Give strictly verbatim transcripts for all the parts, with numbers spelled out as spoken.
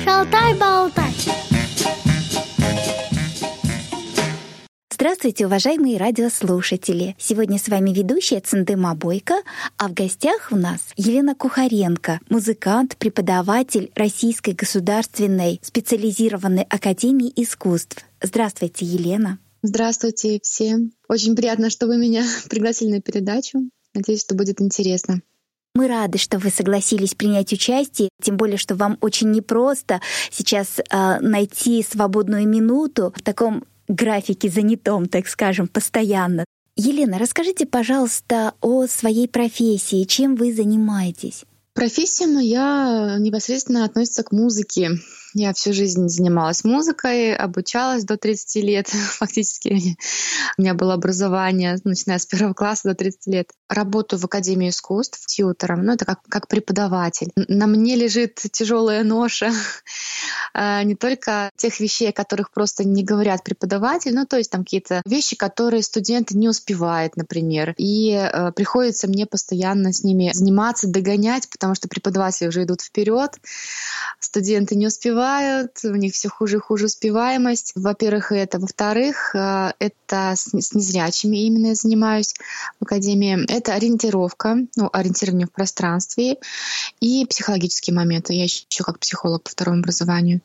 Шалтай-болтай. Здравствуйте, уважаемые радиослушатели! Сегодня с вами ведущая Цендыма Бойко, а в гостях у нас Елена Кухаренко, музыкант, преподаватель Российской государственной специализированной академии искусств. Здравствуйте, Елена! Здравствуйте всем! Очень приятно, что вы меня пригласили на передачу. Надеюсь, что будет интересно. Мы рады, что вы согласились принять участие, тем более, что вам очень непросто сейчас э, найти свободную минуту в таком графике занятом, так скажем, постоянно. Елена, расскажите, пожалуйста, о своей профессии, чем вы занимаетесь? Профессия моя непосредственно относится к музыке. Я всю жизнь занималась музыкой, обучалась до тридцати лет. Фактически у меня было образование, начиная с первого класса до тридцати лет. Работаю в Академии искусств тьютором, ну это как, как преподаватель. На мне лежит тяжелая ноша не только тех вещей, о которых просто не говорят преподаватель, ну то есть там какие-то вещи, которые студенты не успевают, например. И э, приходится мне постоянно с ними заниматься, догонять, потому что преподаватели уже идут вперед, студенты не успевают, у них все хуже и хуже успеваемость. Во-первых, это. Во-вторых, это с незрячими именно я занимаюсь в Академии. Это ориентировка, ну, ориентирование в пространстве и психологические моменты. Я еще как психолог по второму образованию.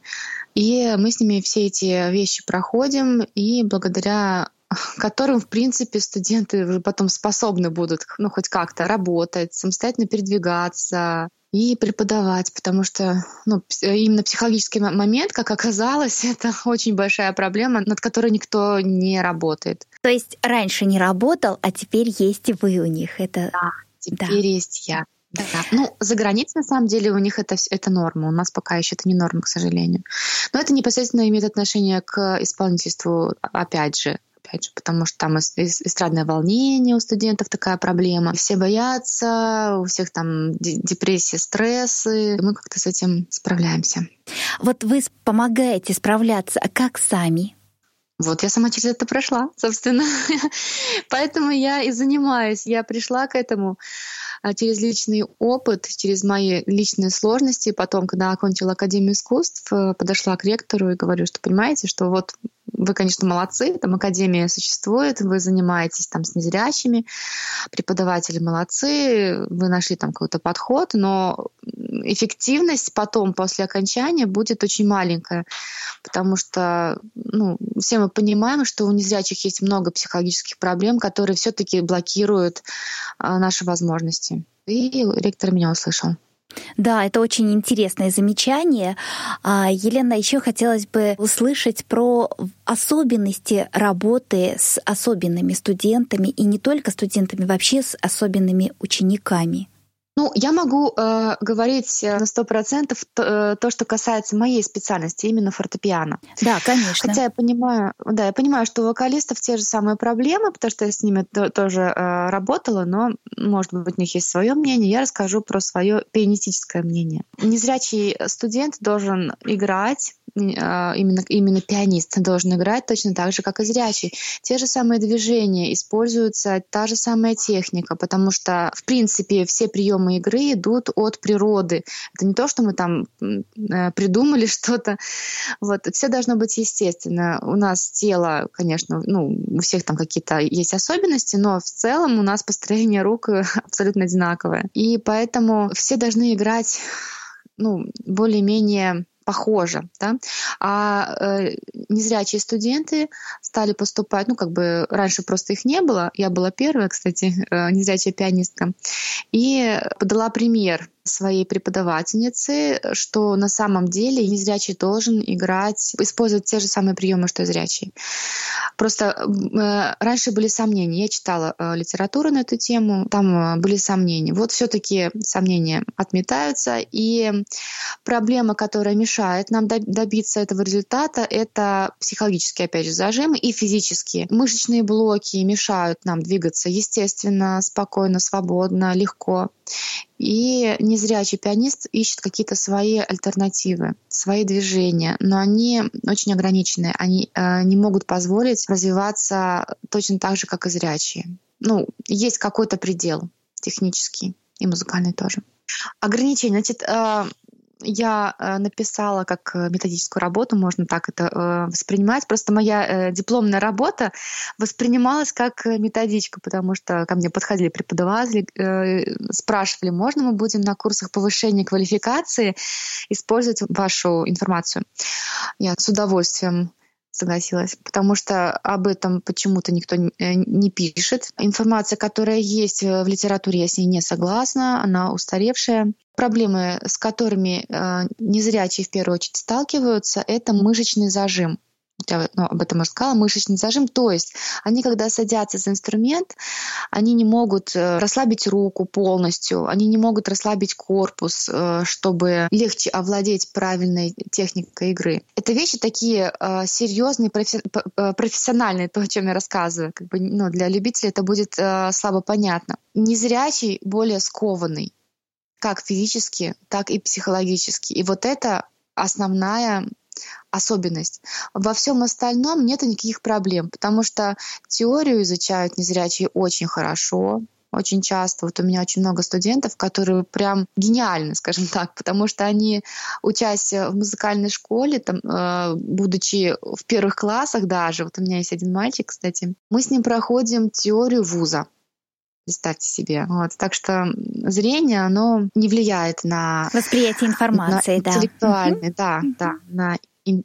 И мы с ними все эти вещи проходим, и благодаря которым, в принципе, студенты уже потом способны будут, ну, хоть как-то работать, самостоятельно передвигаться и преподавать, потому что ну, именно психологический момент, как оказалось, это очень большая проблема, над которой никто не работает. То есть раньше не работал, а теперь есть вы у них. Это... Да, теперь да. есть я. Да. Ну, за границей, на самом деле, у них это, это норма. У нас пока еще это не норма, к сожалению. Но это непосредственно имеет отношение к исполнительству, опять же. Опять же, потому что там эстрадное волнение у студентов такая проблема. Все боятся, у всех там депрессия, стрессы. Мы как-то с этим справляемся. Вот вы помогаете справляться, а как сами? Вот я сама через это прошла, собственно. Поэтому я и занимаюсь. Я пришла к этому через личный опыт, через мои личные сложности. Потом, когда окончила Академию искусств, подошла к ректору и говорю, что понимаете, что вот вы, конечно, молодцы, там Академия существует, вы занимаетесь там с незрячими, преподаватели молодцы, вы нашли там какой-то подход, но эффективность потом, после окончания, будет очень маленькая, потому что ну, все мы понимаем, что у незрячих есть много психологических проблем, которые все-таки блокируют а, наши возможности. И ректор меня услышал. Да, это очень интересное замечание. Елена, еще хотелось бы услышать про особенности работы с особенными студентами, и не только студентами, вообще с особенными учениками. Ну, я могу э, говорить на сто процентов то, то, что касается моей специальности, именно фортепиано. Да, конечно. Хотя я понимаю, да, я понимаю, что у вокалистов те же самые проблемы, потому что я с ними то, тоже э, работала, но, может быть, у них есть свое мнение. Я расскажу про свое пианистическое мнение. Незрячий студент должен играть, именно, именно пианист должен играть точно так же, как и зрячий. Те же самые движения используются, та же самая техника, потому что, в принципе, все приемы игры идут от природы. Это не то, что мы там придумали что-то. Вот. Все должно быть естественно. У нас тело, конечно, ну, у всех там какие-то есть особенности, но в целом у нас построение рук абсолютно одинаковое. И поэтому все должны играть ну, более-менее похоже, да? А э, незрячие студенты стали поступать, ну, как бы раньше просто их не было. Я была первая, кстати, э, незрячая пианистка. И подала пример своей преподавательницы, что на самом деле незрячий должен играть, использовать те же самые приемы, что и зрячий. Просто э, раньше были сомнения. Я читала э, литературу на эту тему, там э, были сомнения. Вот все-таки сомнения отметаются, и проблема, которая мешает нам добиться этого результата, это психологические, опять же, зажимы и физические. Мышечные блоки мешают нам двигаться естественно, спокойно, свободно, легко. И незрячий пианист ищет какие-то свои альтернативы, свои движения, но они очень ограничены, они э, не могут позволить развиваться точно так же, как и зрячие. Ну, есть какой-то предел технический и музыкальный тоже. Ограничения. Значит, э, я э, написала как э, методическую работу, можно так это э, воспринимать. Просто моя э, дипломная работа воспринималась как э, методичка, потому что ко мне подходили преподаватели, э, спрашивали, можно мы будем на курсах повышения квалификации использовать вашу информацию. Я с удовольствием согласилась, потому что об этом почему-то никто не пишет. Информация, которая есть в литературе, я с ней не согласна, она устаревшая. Проблемы, с которыми незрячие в первую очередь сталкиваются, это мышечный зажим. Я ну, об этом уже сказала, мышечный зажим. То есть они, когда садятся за инструмент, они не могут расслабить руку полностью, они не могут расслабить корпус, чтобы легче овладеть правильной техникой игры. Это вещи такие серьезные, профессиональные, то, о чем я рассказываю. Как бы, ну, для любителей это будет слабо понятно. Незрячий более скованный, как физически, так и психологически. И вот это основная особенность. Во всем остальном нет никаких проблем, потому что теорию изучают незрячие очень хорошо, очень часто. Вот у меня очень много студентов, которые прям гениальны, скажем так, потому что они, учась в музыкальной школе, там, э, будучи в первых классах даже, вот у меня есть один мальчик, кстати, мы с ним проходим теорию вуза. Представьте себе. Вот. Так что зрение, оно не влияет на восприятие информации, на да. Интеллектуальный, да, Угу. да, на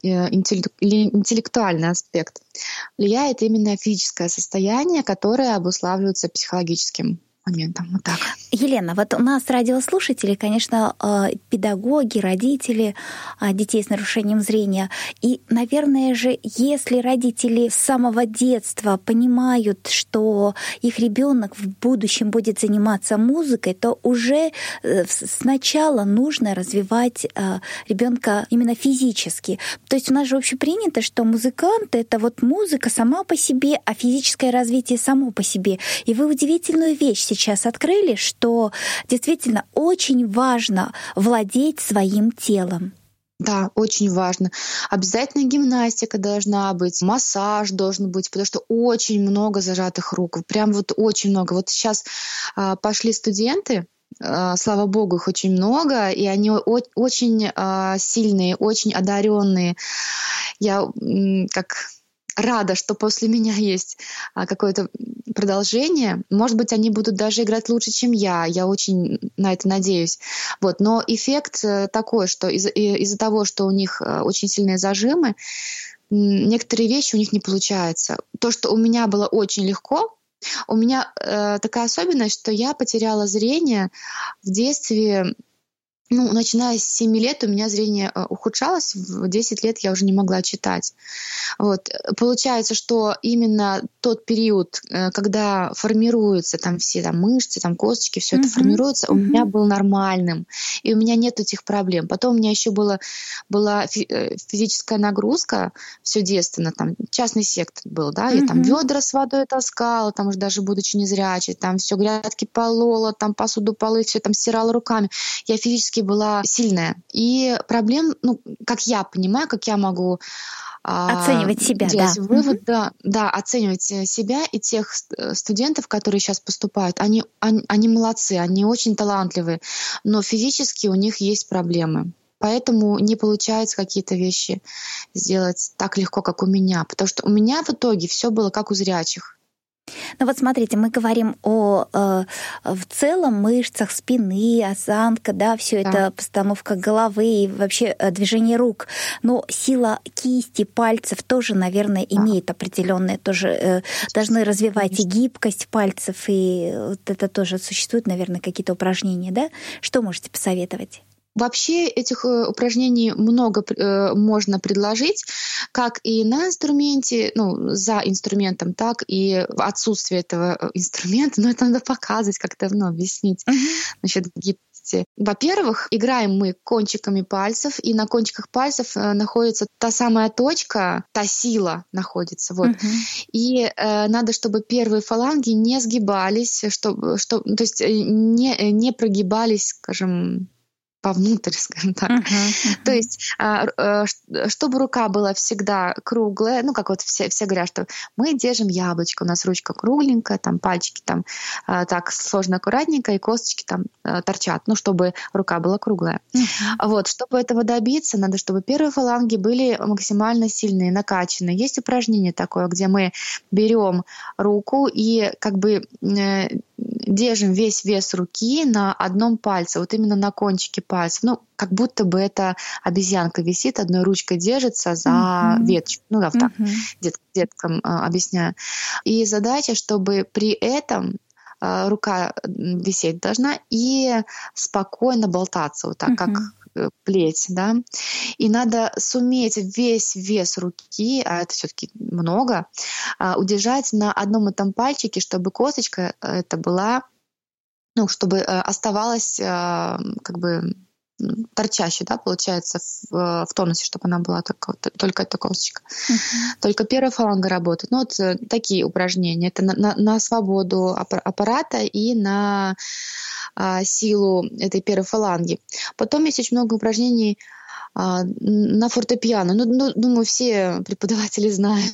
интеллектуальный аспект. Влияет именно физическое состояние, которое обуславливается психологическим моментом. Вот так. Елена, вот у нас радиослушатели, конечно, педагоги, родители детей с нарушением зрения. И, наверное же, если родители с самого детства понимают, что их ребенок в будущем будет заниматься музыкой, то уже сначала нужно развивать ребенка именно физически. То есть у нас же общепринято, что музыкант — это вот музыка сама по себе, а физическое развитие само по себе. И вы удивительную вещь сейчас открыли, что действительно очень важно владеть своим телом. Да, очень важно. Обязательно гимнастика должна быть, массаж должен быть, потому что очень много зажатых рук, прям вот очень много. Вот сейчас а, пошли студенты, а, слава богу, их очень много, и они о- очень а, сильные, очень одаренные. Я м, как рада, что после меня есть какое-то продолжение. Может быть, они будут даже играть лучше, чем я. Я очень на это надеюсь. Вот. Но эффект такой, что из- из-за того, что у них очень сильные зажимы, некоторые вещи у них не получаются. То, что у меня было очень легко, у меня э, такая особенность, что я потеряла зрение в детстве. Ну, начиная с семи лет у меня зрение ухудшалось, в десять лет я уже не могла читать. Вот. Получается, что именно тот период, когда формируются там все там, мышцы, там, косточки, все uh-huh. это формируется, uh-huh. у меня был нормальным. И у меня нет этих проблем. Потом у меня еще было, была физическая нагрузка все детство, там частный сектор был, да, uh-huh. я там ведра с водой таскала, там уже даже будучи незрячей, там все грядки полола, там посуду полы, все там стирала руками. Я физически была сильная. И проблем, ну, как я понимаю, как я могу оценивать себя, делать да. вывод, Угу. да, да, оценивать себя и тех студентов, которые сейчас поступают. Они, они, они молодцы, они очень талантливые, но физически у них есть проблемы. Поэтому не получается какие-то вещи сделать так легко, как у меня. Потому что у меня в итоге все было как у зрячих. Ну вот смотрите, мы говорим о э, в целом мышцах спины, осанка, да, все да. это постановка головы и вообще движение рук. Но сила кисти, пальцев тоже, наверное, да. имеет определенные, тоже э, должны развивать Конечно. И гибкость пальцев, и вот это тоже существуют, наверное, какие-то упражнения, да? Что можете посоветовать? Вообще этих упражнений много э, можно предложить, как и на инструменте, ну, за инструментом, так и в отсутствии этого инструмента. Но это надо показывать, как-то ну, объяснить uh-huh. насчет гибкости. Во-первых, играем мы кончиками пальцев, и на кончиках пальцев находится та самая точка, та сила находится. Вот. Uh-huh. И э, надо, чтобы первые фаланги не сгибались, чтобы, чтобы, то есть не, не прогибались, скажем, повнутрь, скажем так. Uh-huh, uh-huh. То есть, чтобы рука была всегда круглая, ну, как вот все, все говорят, что мы держим яблочко, у нас ручка кругленькая, там пальчики там так сложно, аккуратненько, и косточки там торчат, ну, чтобы рука была круглая. Uh-huh. Вот, чтобы этого добиться, надо, чтобы первые фаланги были максимально сильные, накачанные. Есть упражнение такое, где мы берем руку и как бы держим весь вес руки на одном пальце, вот именно на кончике пальцев. Ну, как будто бы эта обезьянка висит, одной ручкой держится за uh-huh. веточку. Ну, да, так, uh-huh. дет, деткам а, объясняю. И задача, чтобы при этом а, рука висеть должна и спокойно болтаться, вот так, uh-huh. как плеть, да. И надо суметь весь вес руки, а это все-таки много, удержать на одном этом пальчике, чтобы косточка это была, ну, чтобы оставалась как бы торчащей, да, получается, в, в тонусе, чтобы она была только, только эта косточка. Uh-huh. Только первая фаланга работает. Ну, вот такие упражнения. Это на, на, на свободу аппарата и на а, силу этой первой фаланги. Потом есть очень много упражнений а, на фортепиано. Ну, ну, думаю, все преподаватели знают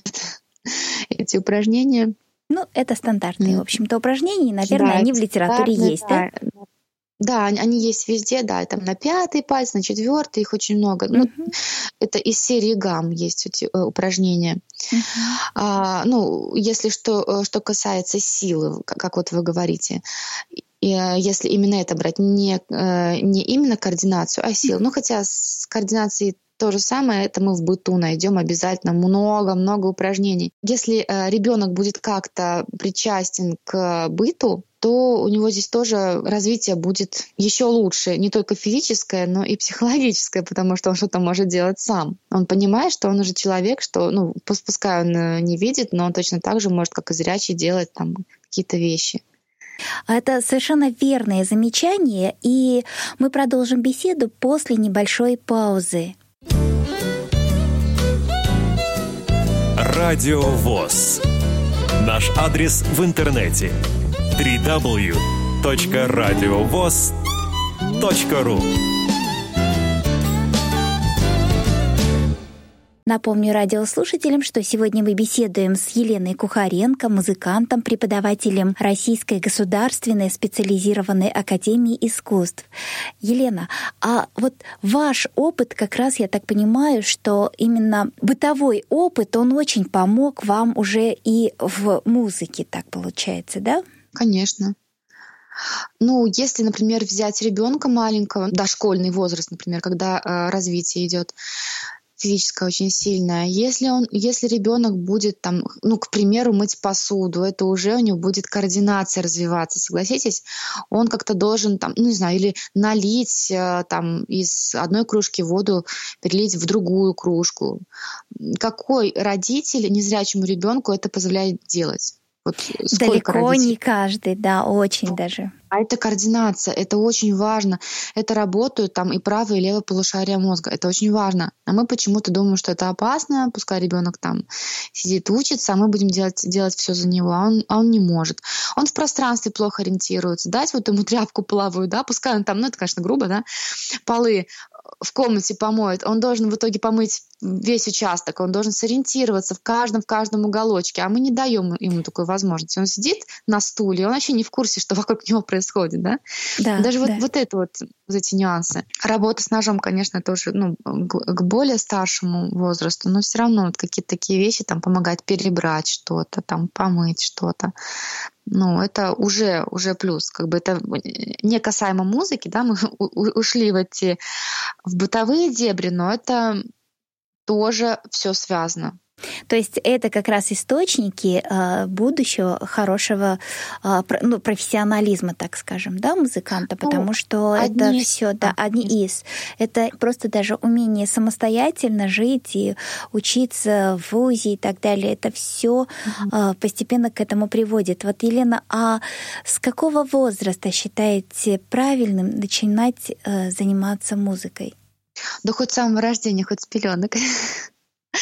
эти упражнения. Ну, это стандартные, mm. в общем-то, упражнения. Наверное, да, они в литературе есть, да? да? Да, они есть везде, да, там на пятый палец, на четвертый, их очень много. Uh-huh. Ну, это из серии гамм есть эти э, упражнения. Uh-huh. А, ну, если что, что касается силы, как, как вот вы говорите, и, если именно это брать, не, не именно координацию, а силу. Uh-huh. Ну, хотя с координацией то же самое, это мы в быту найдем обязательно много-много упражнений. Если э, ребенок будет как-то причастен к быту, то у него здесь тоже развитие будет еще лучше, не только физическое, но и психологическое, потому что он что-то может делать сам. Он понимает, что он уже человек, что, ну, пускай он не видит, но он точно так же может, как и зрячий, делать там какие-то вещи. Это совершенно верное замечание, и мы продолжим беседу после небольшой паузы. Радио ВОС. Наш адрес в интернете дабл ю дабл ю дабл ю точка радиовос точка ру. Напомню радиослушателям, что сегодня мы беседуем с Еленой Кухаренко, музыкантом, преподавателем Российской государственной специализированной академии искусств. Елена, а вот ваш опыт, как раз я так понимаю, что именно бытовой опыт, он очень помог вам уже и в музыке, так получается, да? Конечно. Ну, если, например, взять ребенка маленького, дошкольный возраст, например, когда э, развитие идет, физическое очень сильное. Если он, если ребенок будет там, ну, к примеру, мыть посуду, это уже у него будет координация развиваться, согласитесь? Он как-то должен там, ну, не знаю, или налить там из одной кружки воду, перелить в другую кружку. Какой родитель незрячему ребенку это позволяет делать? Вот далеко родителей? Не каждый, да, очень даже. А это координация, это очень важно. Это работают там и правое, и левое полушария мозга. Это очень важно. А мы почему-то думаем, что это опасно, пускай ребенок там сидит, учится, а мы будем делать, делать все за него, а он, а он не может. Он в пространстве плохо ориентируется. Дать вот ему тряпку половую, да, пускай он там, ну это, конечно, грубо, да, полы в комнате помоет, он должен в итоге помыть весь участок, он должен сориентироваться в каждом, в каждом уголочке, а мы не даем ему такой возможности. Он сидит на стуле, он вообще не в курсе, что вокруг него происходит, да? Да, Даже да. Вот, вот это вот, вот эти нюансы. Работа с ножом, конечно, тоже, ну, к более старшему возрасту, но все равно вот какие-то такие вещи, там, помогать перебрать что-то, там, помыть что-то. Ну, это уже, уже плюс. Как бы это не касаемо музыки, да, мы ушли в эти в бытовые дебри, но это тоже все связано. То есть это как раз источники э, будущего хорошего э, ну, профессионализма, так скажем, да, музыканта, потому ну, что это все, да, одни из. Это просто даже умение самостоятельно жить и учиться в вузе и так далее. Это все mm-hmm. э, постепенно к этому приводит. Вот, Елена, а с какого возраста считаете правильным начинать э, заниматься музыкой? Да хоть с самого рождения, хоть с пеленок.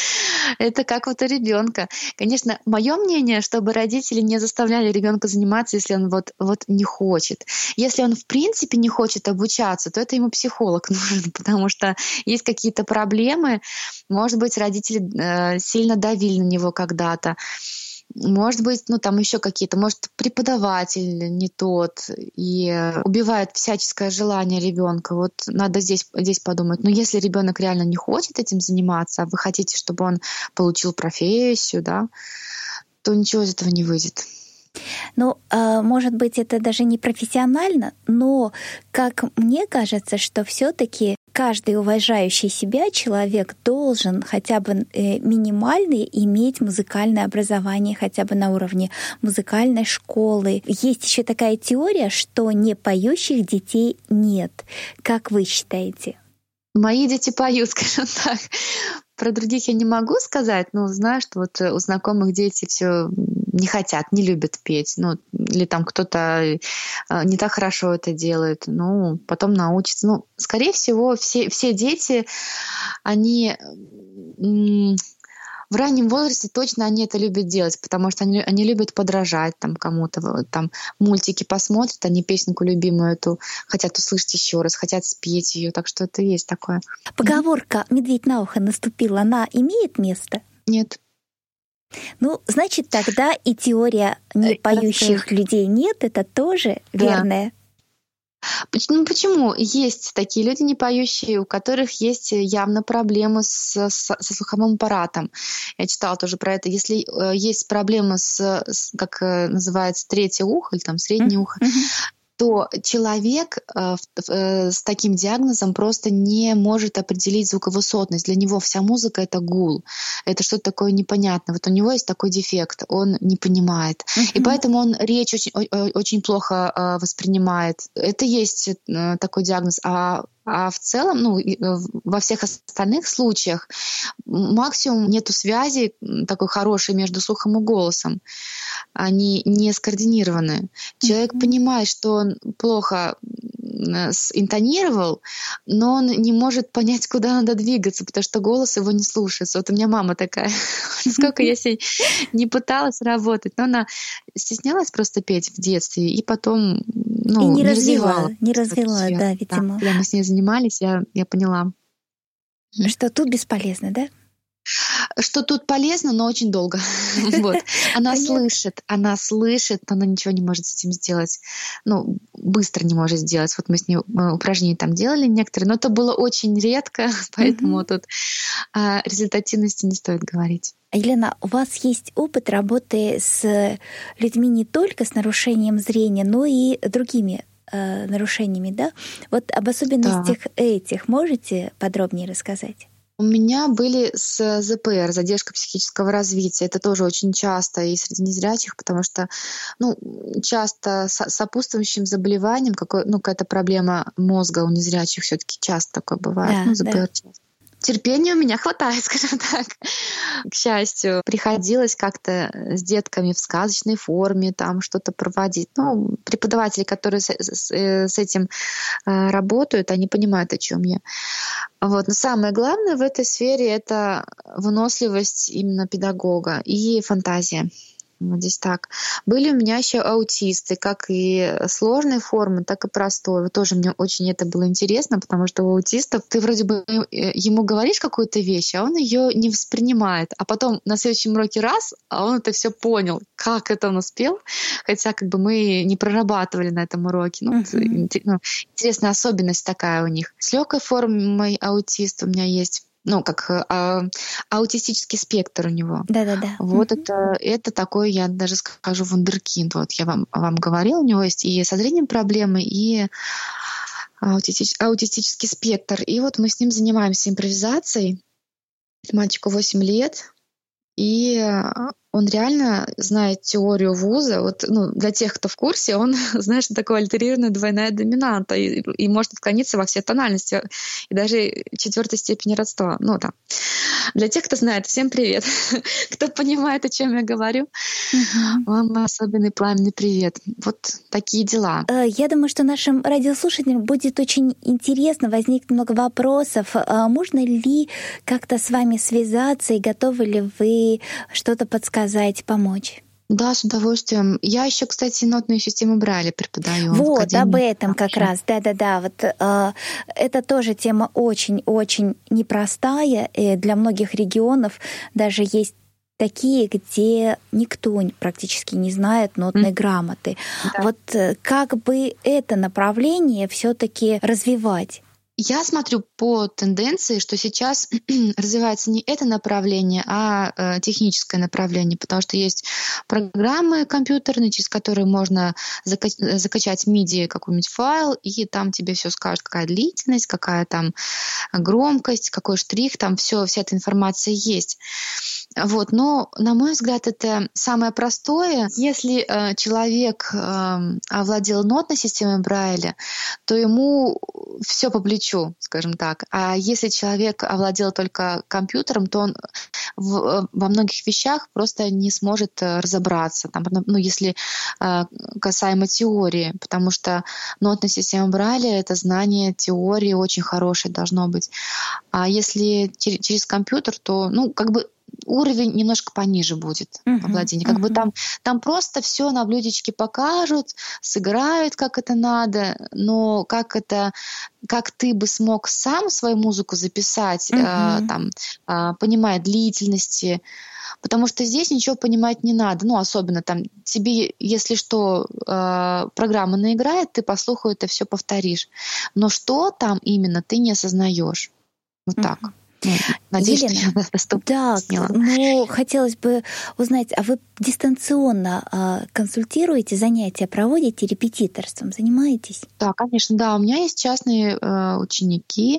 Это как вот у ребенка. Конечно, мое мнение, чтобы родители не заставляли ребенка заниматься, если он вот, вот не хочет. Если он в принципе не хочет обучаться, то это ему психолог нужен, потому что есть какие-то проблемы. Может быть, родители э, сильно давили на него когда-то. Может быть, ну там еще какие-то, может, преподаватель не тот и убивает всяческое желание ребенка. Вот надо здесь, здесь подумать. Но если ребенок реально не хочет этим заниматься, а вы хотите, чтобы он получил профессию, да, то ничего из этого не выйдет. Ну, может быть, это даже не профессионально, но, как мне кажется, что все-таки каждый уважающий себя человек должен хотя бы минимально иметь музыкальное образование, хотя бы на уровне музыкальной школы. Есть еще такая теория, что не поющих детей нет. Как вы считаете? Мои дети поют, скажем так. Про других я не могу сказать, но знаю, что вот у знакомых дети все не хотят, не любят петь. Ну, или там кто-то не так хорошо это делает. Ну, потом научится. Ну, скорее всего, все, все дети, они в раннем возрасте точно они это любят делать, потому что они, они любят подражать там кому-то, там мультики посмотрят, они песенку любимую эту хотят услышать еще раз, хотят спеть ее, так что это есть такое. Поговорка «медведь на ухо наступил», она имеет место? Нет. Ну, значит, тогда и теория не поющих людей нет, это тоже да. верная. Ну почему? Есть такие люди не поющие, у которых есть явно проблемы с, с, со слуховым аппаратом. Я читала тоже про это. Если э, есть проблемы с, с, как э, называется, третье ухо или там среднее ухо, то человек э, э, с таким диагнозом просто не может определить звуковысотность. Для него вся музыка — это гул. Это что-то такое непонятное. Вот у него есть такой дефект, он не понимает. Uh-huh. И поэтому он речь очень, очень плохо э, воспринимает. Это есть э, такой диагноз. А А в целом, ну, во всех остальных случаях максимум нету связи такой хорошей между слухом и голосом. Они не скоординированы. Человек mm-hmm. понимает, что он плохо интонировал, но он не может понять, куда надо двигаться, потому что голос его не слушается. Вот у меня мама такая. Сколько я с ней не пыталась работать, но она стеснялась просто петь в детстве, и потом ну, и не, не развила, развивала. Не развила, да, видимо. Да, когда мы с ней занимались, я, я поняла. Что тут бесполезно, да? Что тут полезно, но очень долго. Вот. Она слышит, она слышит, но она ничего не может с этим сделать. Ну, быстро не может сделать. Вот мы с ней упражнения там делали некоторые, но это было очень редко, поэтому mm-hmm. тут о результативности не стоит говорить. Елена, у вас есть опыт работы с людьми не только с нарушением зрения, но и другими э, нарушениями, да? Вот об особенностях да. этих можете подробнее рассказать? У меня были с ЗПР, задержка психического развития. Это тоже очень часто и среди незрячих, потому что ну, часто с сопутствующим заболеванием, какой, ну, какая-то проблема мозга у незрячих все-таки часто такое бывает. Да, ну, ЗПР да. часто. Терпения у меня хватает, скажем так. К счастью, приходилось как-то с детками в сказочной форме там что-то проводить. Ну, преподаватели, которые с, с, с этим э, работают, они понимают, о чем я. Вот. Но самое главное в этой сфере — это выносливость именно педагога и фантазия. Вот здесь так. Были у меня еще аутисты, как и сложной формы, так и простой. Вот тоже мне очень это было интересно, потому что у аутистов ты вроде бы ему говоришь какую-то вещь, а он ее не воспринимает. А потом на следующем уроке раз, а он это все понял, как это он успел, хотя как бы мы не прорабатывали на этом уроке. Ну, uh-huh. ну, интересная особенность такая у них. С легкой формой аутист у меня есть. Ну, как а, аутистический спектр у него. Да-да-да. Вот mm-hmm. это, это такой, я даже скажу, вундеркинд. Вот я вам, вам говорила, у него есть и со зрением проблемы, и аутистич, аутистический спектр. И вот мы с ним занимаемся импровизацией. Мальчику восемь лет. И он реально знает теорию вуза. Вот, ну, для тех, кто в курсе, он знает, что такое альтерированная двойная доминанта и, и может отклониться во все тональности и даже четвертой степени родства. Ну, там. Для тех, кто знает, всем привет. Кто понимает, о чем я говорю, угу. Вам особенный пламенный привет. Вот такие дела. Я думаю, что нашим радиослушателям будет очень интересно, возникнет много вопросов. Можно ли как-то с вами связаться и готовы ли вы что-то подсказать, помочь? Да, с удовольствием. Я еще, кстати, нотную систему Брайля преподаю. Вот, об этом как раз. Да-да-да. Вот э, это тоже тема очень-очень непростая. И для многих регионов даже есть такие, где никто практически не знает нотной mm. грамоты. Да. Вот как бы это направление все-таки развивать? Я смотрю по тенденции, что сейчас развивается не это направление, а э, техническое направление, потому что есть программы компьютерные, через которые можно зака- закачать миди какой-нибудь файл, и там тебе все скажут, какая длительность, какая там громкость, какой штрих, там все, вся эта информация есть. Вот, но, на мой взгляд, это самое простое. Если э, человек э, овладел нотной системой Брайля, то ему все по плечу, скажем так. А если человек овладел только компьютером, то он в, во многих вещах просто не сможет разобраться. Там, ну, если э, касаемо теории, потому что нотная система Брайля — это знание теории очень хорошее должно быть. А если через, через компьютер, то, ну, как бы уровень немножко пониже будет uh-huh, овладения. Как uh-huh. бы там, там просто все на блюдечке покажут, сыграют, как это надо, но как это, как ты бы смог сам свою музыку записать, uh-huh. э, там, э, понимая длительности, потому что здесь ничего понимать не надо. Ну, особенно там тебе, если что, э, программа наиграет, ты по слуху это все повторишь. Но что там именно, ты не осознаешь. Вот uh-huh. так. Надеюсь, Елена, что я да, ну, хотелось бы узнать, а вы дистанционно а, консультируете, занятия проводите, репетиторством занимаетесь? Да, конечно, да. У меня есть частные э, ученики,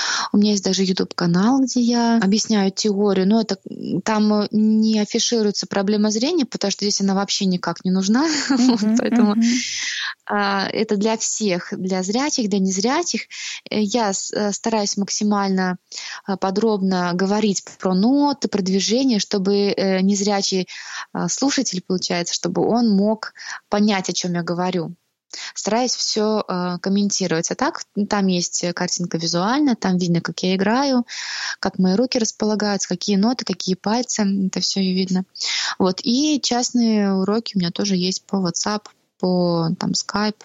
у меня есть даже YouTube-канал, где я объясняю теорию, но это там не афишируется проблема зрения, потому что здесь она вообще никак не нужна, uh-huh, поэтому uh-huh. э, это для всех, для зрячих, для незрячих. Я стараюсь максимально подробно говорить про ноты, про движение, чтобы э, незрячий э, слушатель, получается, чтобы он мог понять, о чем я говорю. Стараюсь все э, комментировать. А так, там есть картинка визуальная, там видно, как я играю, как мои руки располагаются, какие ноты, какие пальцы, это все видно. Вот. И частные уроки у меня тоже есть по WhatsApp, по там, Skype.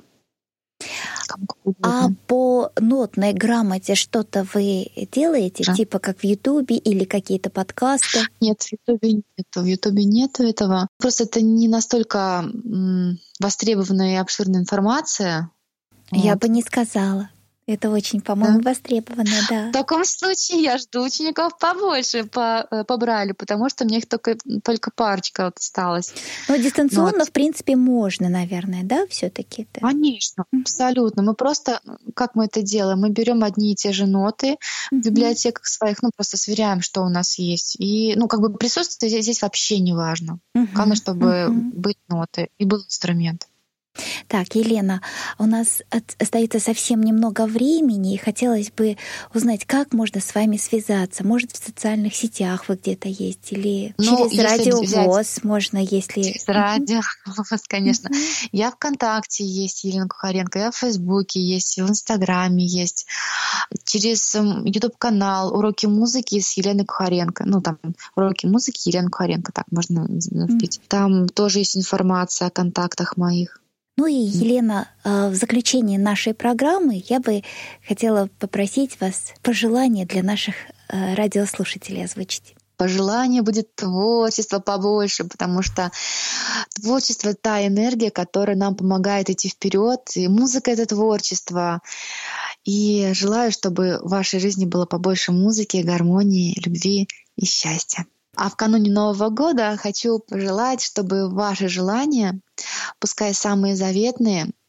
А по нотной грамоте что-то вы делаете, да. типа как в Ютубе или какие-то подкасты? Нет, в Ютубе нету, в Ютубе нету этого. Просто это не настолько м, востребованная и обширная информация. Я вот. бы не сказала. Это очень, по-моему, да? востребовано, да. В таком случае я жду учеников побольше по, по Брайлю, потому что мне их только, только парочка вот осталась. Но дистанционно, вот. в принципе, можно, наверное, да, все-таки? Конечно, mm-hmm. абсолютно. Мы просто, как мы это делаем? Мы берем одни и те же ноты mm-hmm. в библиотеках своих, ну, просто сверяем, что у нас есть. И, ну, как бы присутствие здесь, здесь вообще не важно. Mm-hmm. Главное, чтобы mm-hmm. были ноты и был инструмент. Так, Елена, у нас остается совсем немного времени, и хотелось бы узнать, как можно с вами связаться. Может, в социальных сетях вы где-то есть, или ну, через Радио ВОС можно, если... Через Радио ВОС, конечно. Mm-hmm. Я ВКонтакте есть, Елена Кухаренко, я в Фейсбуке есть, в Инстаграме есть, через YouTube-канал «Уроки музыки» с Еленой Кухаренко. Ну, там, «Уроки музыки» Елена Кухаренко, так можно вбить. Mm-hmm. Там тоже есть информация о контактах моих. Ну и, Елена, в заключение нашей программы я бы хотела попросить вас пожелания для наших радиослушателей озвучить. Пожелание будет творчества побольше, потому что творчество — это та энергия, которая нам помогает идти вперед, и музыка — это творчество. И желаю, чтобы в вашей жизни было побольше музыки, гармонии, любви и счастья. А в кануне Нового года хочу пожелать, чтобы ваши желания, пускай самые заветные,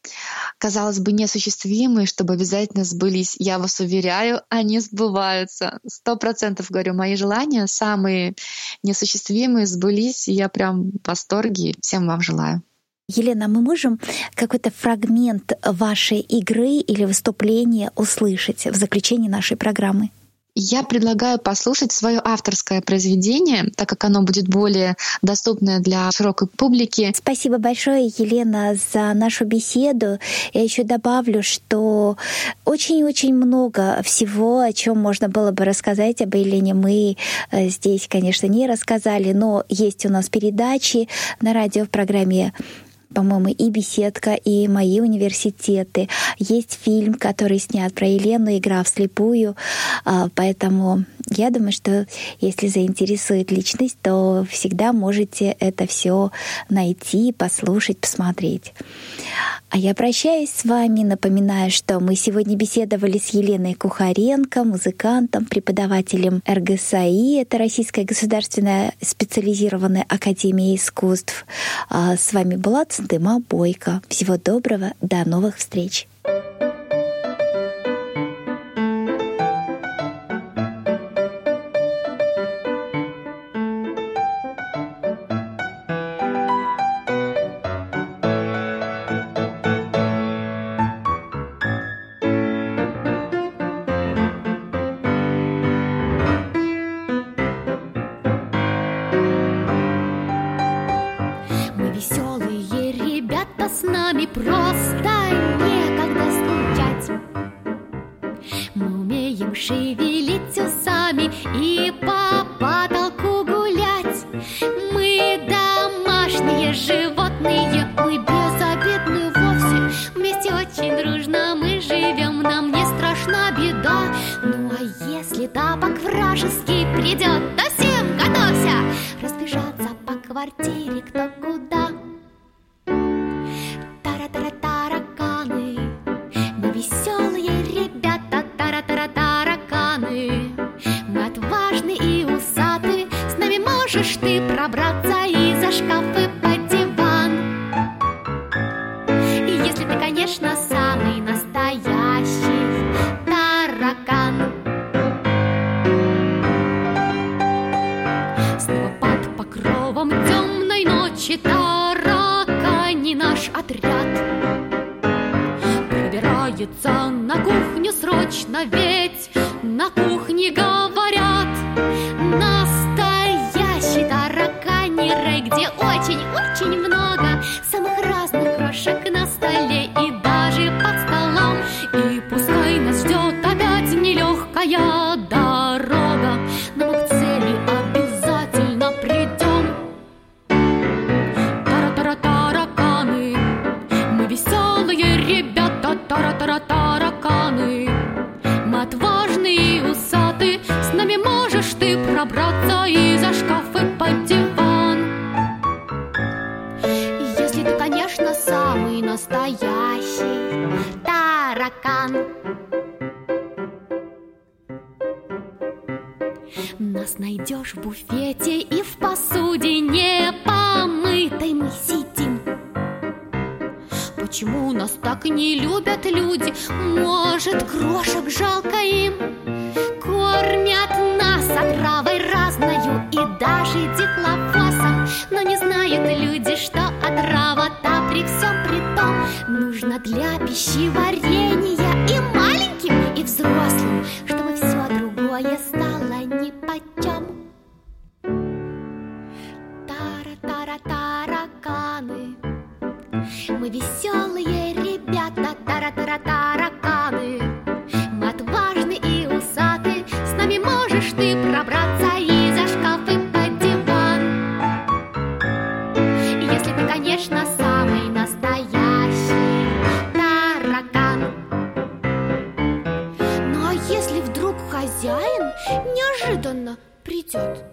казалось бы, неосуществимые, чтобы обязательно сбылись. Я вас уверяю, они сбываются. Сто процентов говорю, мои желания самые неосуществимые сбылись, и я прям в восторге. Всем вам желаю. Елена, мы можем какой-то фрагмент вашей игры или выступления услышать в заключении нашей программы? Я предлагаю послушать свое авторское произведение, так как оно будет более доступное для широкой публики. Спасибо большое, Елена, за нашу беседу. Я еще добавлю, что очень-очень много всего, о чем можно было бы рассказать об Елене, мы здесь, конечно, не рассказали, но есть у нас передачи на радио в программе, по-моему, и «Беседка», и «Мои университеты». Есть фильм, который снят про Елену, «Игра вслепую». Поэтому я думаю, что если заинтересует личность, то всегда можете это все найти, послушать, посмотреть. А я прощаюсь с вами, напоминаю, что мы сегодня беседовали с Еленой Кухаренко, музыкантом, преподавателем эр гэ эс а и, это Российская государственная специализированная академия искусств. С вами была Центыма Бойко. Всего доброго, до новых встреч! Нас найдешь в буфете и в посуде непомытой мы сидим. Почему нас так не любят люди? Может, крошек жалко им? Кормят нас отравой разною и даже дихлофосом. Но не знают люди, что отрава-то при всем при том нужно для пищеварения и маленьким, и взрослым, чтобы все другое стало нипочем. Тара-тара-тараканы, мы веселые ребята, тара-тара-тараканы. Мы отважны и усаты, с нами можешь ты пробраться и за шкаф и под диван. Если ты, конечно, самый настоящий таракан. Ну а если вдруг хозяин неожиданно придет,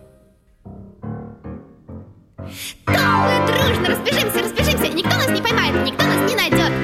то мы дружно разбежимся, разбежимся, никто нас не поймает, никто нас не найдет.